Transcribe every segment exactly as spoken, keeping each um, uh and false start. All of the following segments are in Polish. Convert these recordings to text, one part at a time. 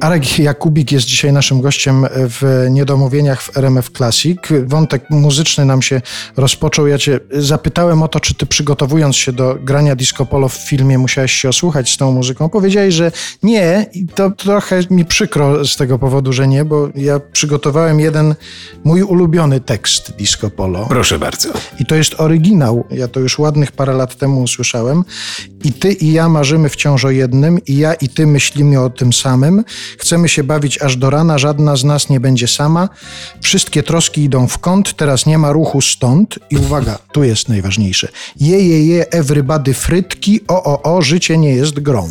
Arek Jakubik jest dzisiaj naszym gościem w Niedomówieniach w R M F Classic. Wątek muzyczny nam się rozpoczął. Ja cię zapytałem o to, czy ty przygotowując się do grania disco polo w filmie musiałeś się osłuchać z tą muzyką. Powiedziałeś, że nie i to trochę mi przykro z tego powodu, że nie, bo ja przygotowałem jeden mój ulubiony tekst disco polo. Proszę bardzo. I to jest oryginał. Ja to już ładnych parę lat temu usłyszałem. I ty i ja marzymy wciąż o jednym, i ja i ty myślimy o tym samym. Chcemy się bawić aż do rana, żadna z nas nie będzie sama. Wszystkie troski idą w kąt, teraz nie ma ruchu stąd. I uwaga, tu jest najważniejsze. Je, je, je, everybody frytki, o, o, o, życie nie jest grą.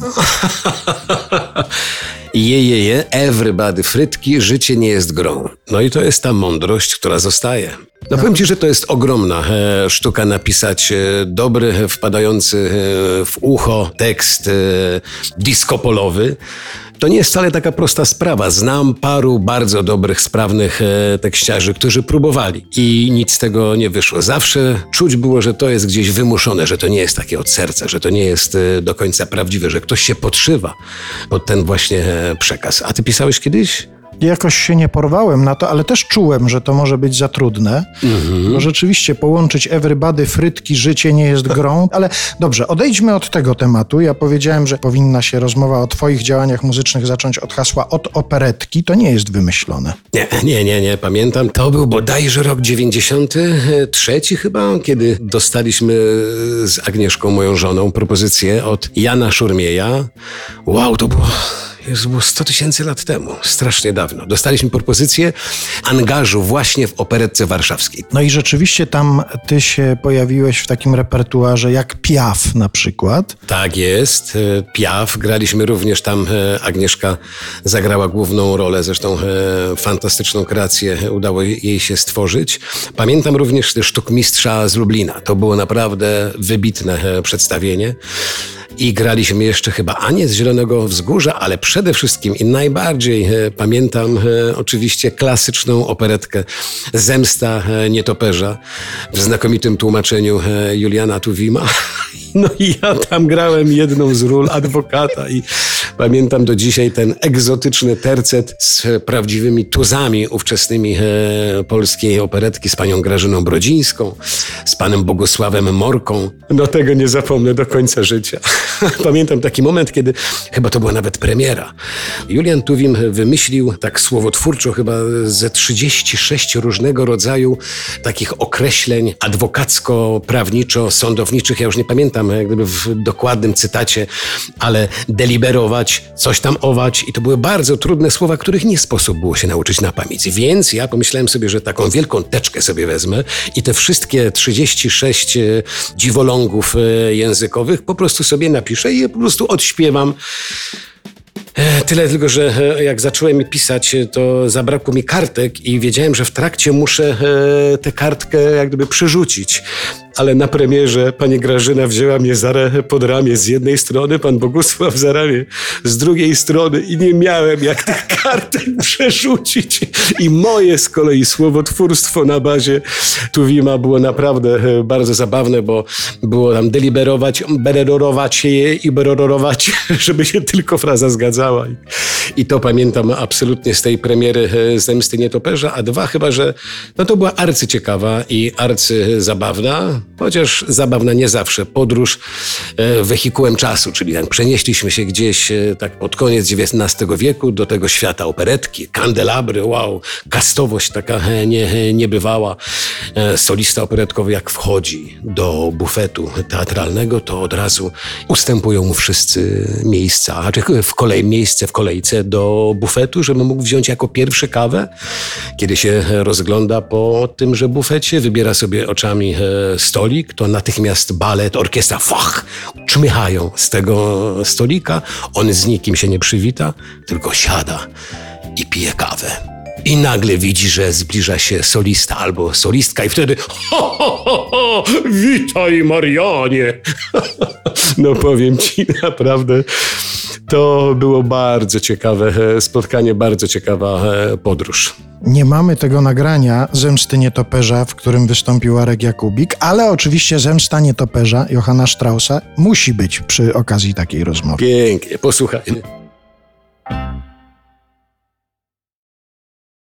Je, je, je, everybody frytki, życie nie jest grą. No i to jest ta mądrość, która zostaje. No powiem ci, że to jest ogromna e, sztuka napisać e, dobry, wpadający e, w ucho tekst e, disco-polowy. To nie jest wcale taka prosta sprawa. Znam paru bardzo dobrych, sprawnych e, tekściarzy, którzy próbowali i nic z tego nie wyszło. Zawsze czuć było, że to jest gdzieś wymuszone, że to nie jest takie od serca, że to nie jest e, do końca prawdziwe, że ktoś się podszywa pod ten właśnie e, przekaz. A ty pisałeś kiedyś? Jakoś się nie porwałem na to, ale też czułem, że to może być za trudne, mm-hmm. bo rzeczywiście połączyć everybody, frytki, życie nie jest grą, ale dobrze, odejdźmy od tego tematu. Ja powiedziałem, że powinna się rozmowa o twoich działaniach muzycznych zacząć od hasła od operetki. To nie jest wymyślone. Nie, nie, nie, nie, pamiętam. To był bodajże rok dziewięćdziesiąty trzeci chyba, kiedy dostaliśmy z Agnieszką, moją żoną, propozycję od Jana Szurmieja. Wow, to było... Jezu, było sto tysięcy lat temu, strasznie dawno. Dostaliśmy propozycję angażu właśnie w Operetce Warszawskiej. No i rzeczywiście tam ty się pojawiłeś w takim repertuarze jak Piaf na przykład. Tak jest, Piaf. Graliśmy również tam, Agnieszka zagrała główną rolę, zresztą fantastyczną kreację udało jej się stworzyć. Pamiętam również Sztukmistrza z Lublina. To było naprawdę wybitne przedstawienie. I graliśmy jeszcze chyba Anię z Zielonego Wzgórza, ale przede wszystkim i najbardziej e, pamiętam e, oczywiście klasyczną operetkę Zemsta e, Nietoperza w znakomitym tłumaczeniu e, Juliana Tuwima. No i ja tam grałem jedną z ról adwokata i pamiętam do dzisiaj ten egzotyczny tercet z prawdziwymi tuzami ówczesnymi e, polskiej operetki, z panią Grażyną Brodzińską, z panem Bogusławem Morką. No tego nie zapomnę do końca życia. Pamiętam taki moment, kiedy chyba to była nawet premiera. Julian Tuwim wymyślił tak słowotwórczo chyba ze trzydzieści sześć różnego rodzaju takich określeń adwokacko-prawniczo-sądowniczych. Ja już nie pamiętam jak gdyby w dokładnym cytacie, ale deliberować, coś tam ować i to były bardzo trudne słowa, których nie sposób było się nauczyć na pamięć. Więc ja pomyślałem sobie, że taką wielką teczkę sobie wezmę i te wszystkie trzydzieści sześć dziwolągów językowych po prostu sobie napiszę i je po prostu odśpiewam. Tyle tylko, że jak zacząłem pisać, to zabrakło mi kartek i wiedziałem, że w trakcie muszę tę kartkę jak gdyby przerzucić. Ale na premierze pani Grażyna wzięła mnie za re, pod ramię z jednej strony, pan Bogusław za ramię z drugiej strony i nie miałem jak tych kartek przerzucić. I moje z kolei słowotwórstwo na bazie Tuwima było naprawdę bardzo zabawne, bo było tam deliberować, bererorować je i bererorować, żeby się tylko fraza zgadzała. I, i to pamiętam absolutnie z tej premiery Zemsty Nietoperza, a dwa chyba, że no to była arcyciekawa i arcyzabawna, chociaż zabawna nie zawsze, podróż e, wehikułem czasu, czyli tak przenieśliśmy się gdzieś e, tak pod koniec dziewiętnastego wieku do tego świata operetki, kandelabry, wow, kastowość taka e, nie, e, niebywała. E, solista operetkowy jak wchodzi do bufetu teatralnego, to od razu ustępują mu wszyscy miejsca, a czy w kolej, miejsce w kolejce do bufetu, żeby mógł wziąć jako pierwszy kawę. Kiedy się rozgląda po tymże bufecie, wybiera sobie oczami e, stolik, to natychmiast balet, orkiestra, fach, czmychają z tego stolika. On z nikim się nie przywita, tylko siada i pije kawę. I nagle widzi, że zbliża się solista albo solistka i wtedy ho, ho, ho, ho, witaj Marianie. No powiem ci, naprawdę to było bardzo ciekawe spotkanie, bardzo ciekawa podróż. Nie mamy tego nagrania Zemsty Nietoperza, w którym wystąpił Arek Jakubik, ale oczywiście Zemsta Nietoperza Johanna Straussa musi być przy okazji takiej rozmowy. Pięknie, posłuchajmy.